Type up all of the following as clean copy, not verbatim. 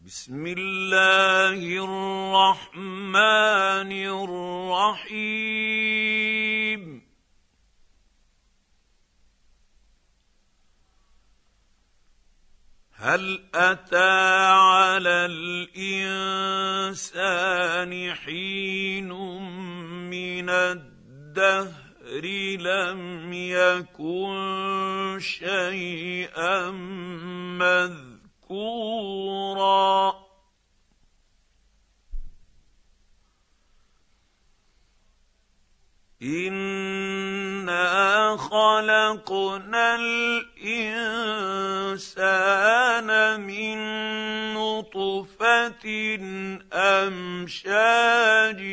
بسم الله الرحمن الرحيم. هل أتى على الإنسان حين من الدهر لم يكن شيئا مذكورا إنا خلقنا الإنسان من نطفة أمشاج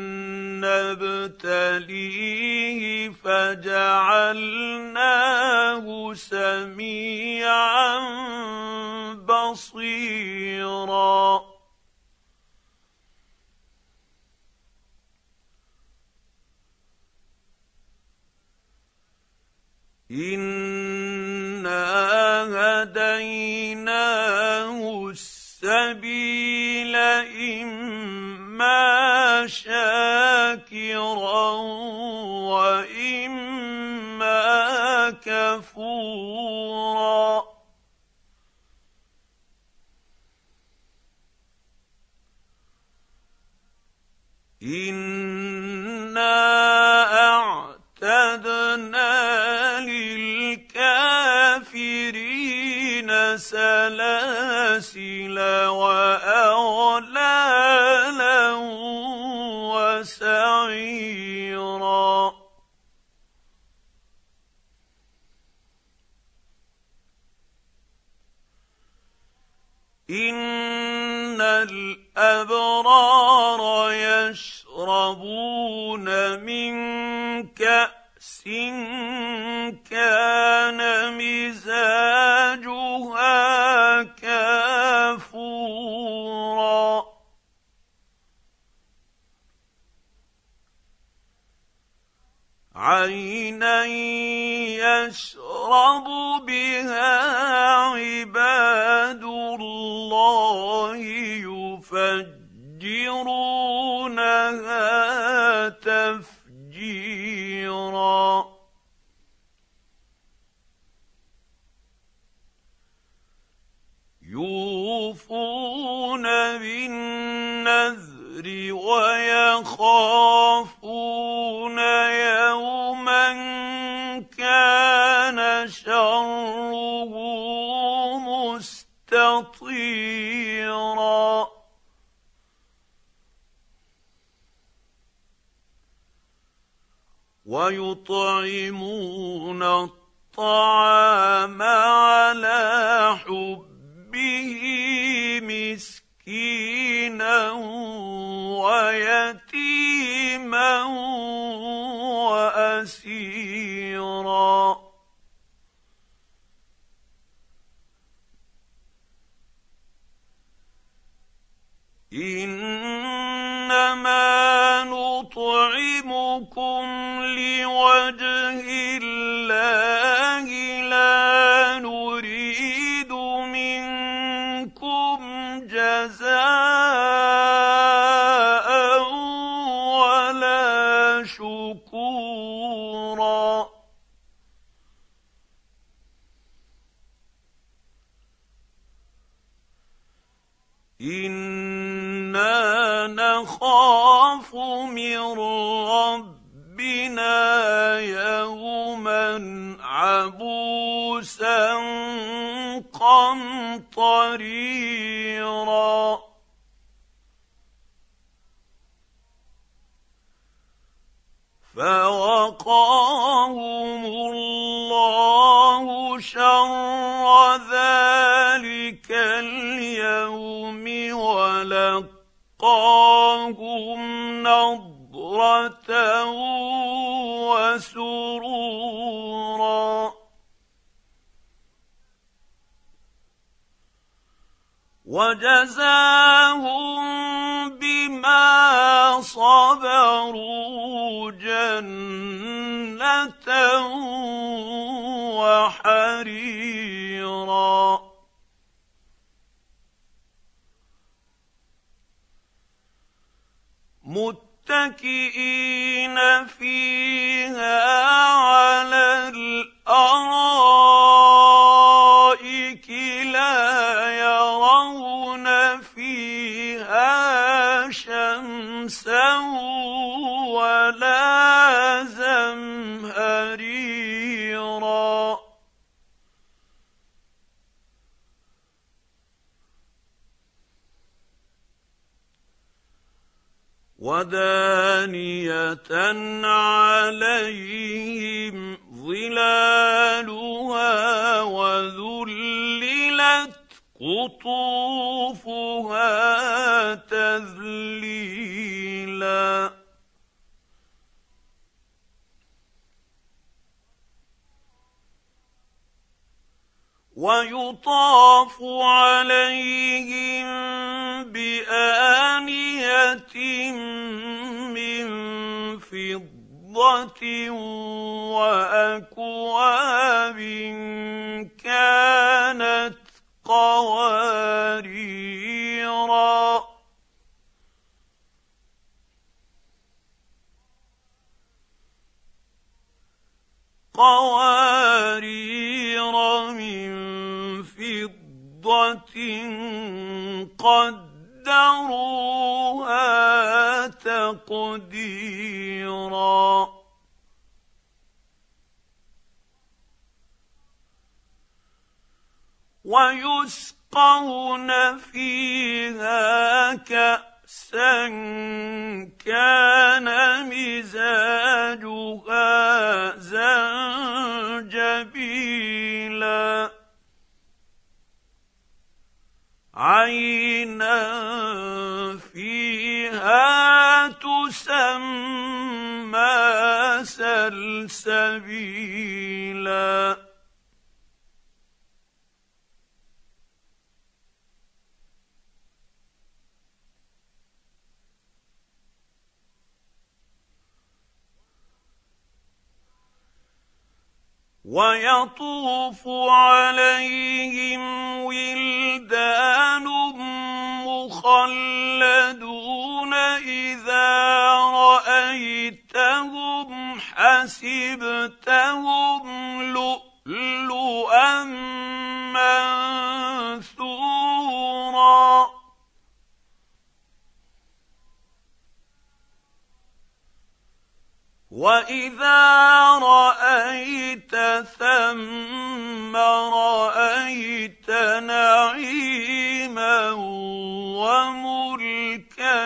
نبتليه فجعلناه سميعا بصيرا إنا هديناه السبيل إما شاكرا وإما كفورا إنا أعتدنا للكافرين سلاسل وأغلالا وسعيرا إن الأبرار يشربون من كأس كان مزاجها كافورا عينا يشرب بها عباد الله يفجرونها تفجيرا يوفون بالنذر ويخافون يوما كان شره مستطيرا ويطعمون الطعام على حبه مسكينا ويتيما وأسيرا إنما نطعمكم لوجه الله لا نريد منكم جزاء ولا شكورا إنا نخاف من ربنا يوما عبوسا قمطريرا فوقاهم الله شر ذلك اليوم ولقاهم نضرة وسرورا وجزاهم بما صبروا جنة وحريرا متكئين فيها على الأرائك لا يرون فيها شمسا ولا زمهريرا ودانية عليهم ظلالها وذللت قطوفها تذليلا ويطاف عليهم بآنية من فضة وأكواب كانت قواريرا من فضة قدروها تقديرا ويسقون فيها كأسا كان مزاجها زنجبيلا عينا فيها تسمى سلسبيلا ويطوف عليهم ولدان مخلدون إذا رأيتهم حسبتهم لؤلؤا منثورا وإذا رأيت ثم رأيت نعيما وملكا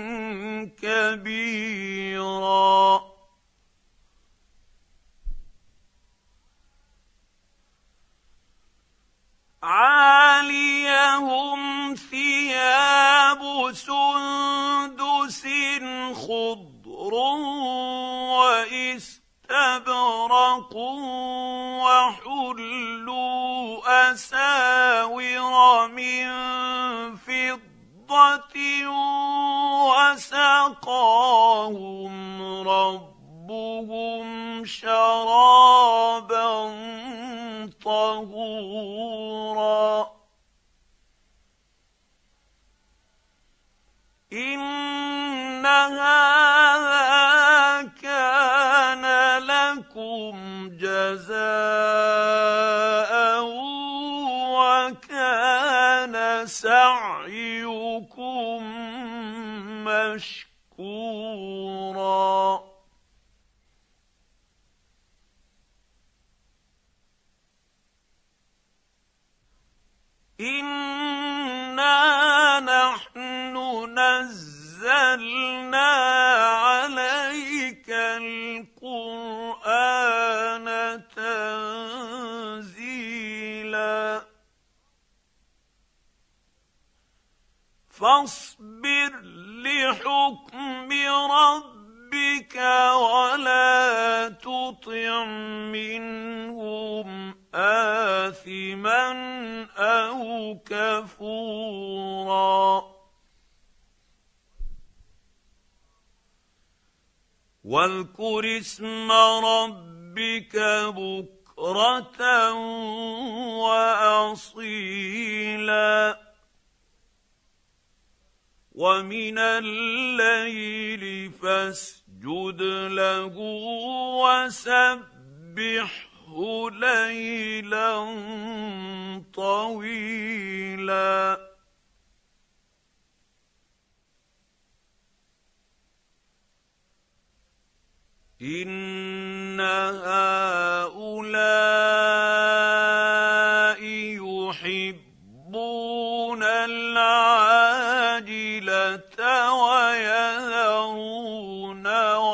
كبيرا عاليهم ثياب سندس خضر واستبرق وحلوا أساور من فضة وسقاهم ربهم شرابا طهورا إن هذا كان لكم جزاء وكان سعيكم مشكورا إنا نحن نزلنا عليك القرآن تنزيلا فاصبر لحكم ربك ولا تطع منهم آثما أو كفورا واذكر اسم ربك بكرة وأصيلا ومن الليل فاسجد له وسبحه ليلا طويلا إن هؤلاء يحبون العاجلة ويذرون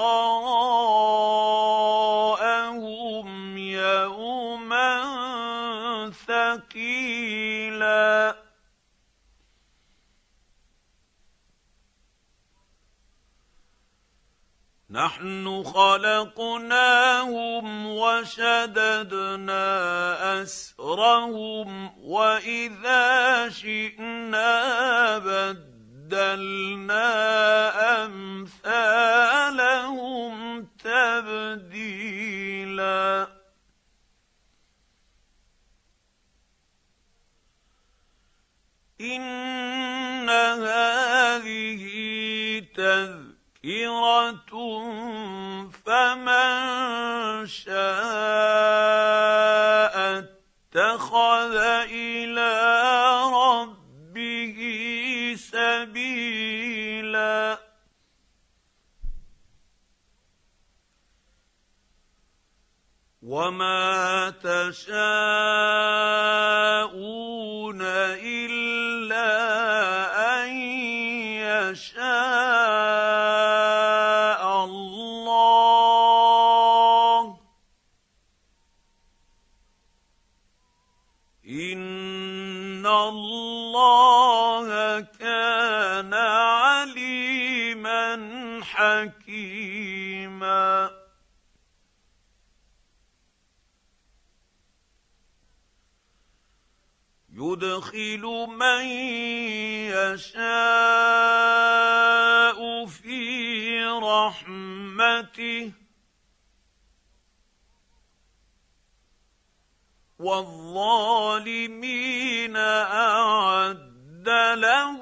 وراءهم يوما ثقيلا نحن خلقناهم وشددنا أسرهم وإذا شئنا بدلنا أمثالهم تبديلا إن هذه تذكرة فمن شاء اتخذ إلى ربه سبيلا وما تشاءون إلا أن يشاء الله إن الله كان عليما حكيما يدخل من يشاء في رحمته والظالمين أعد لهم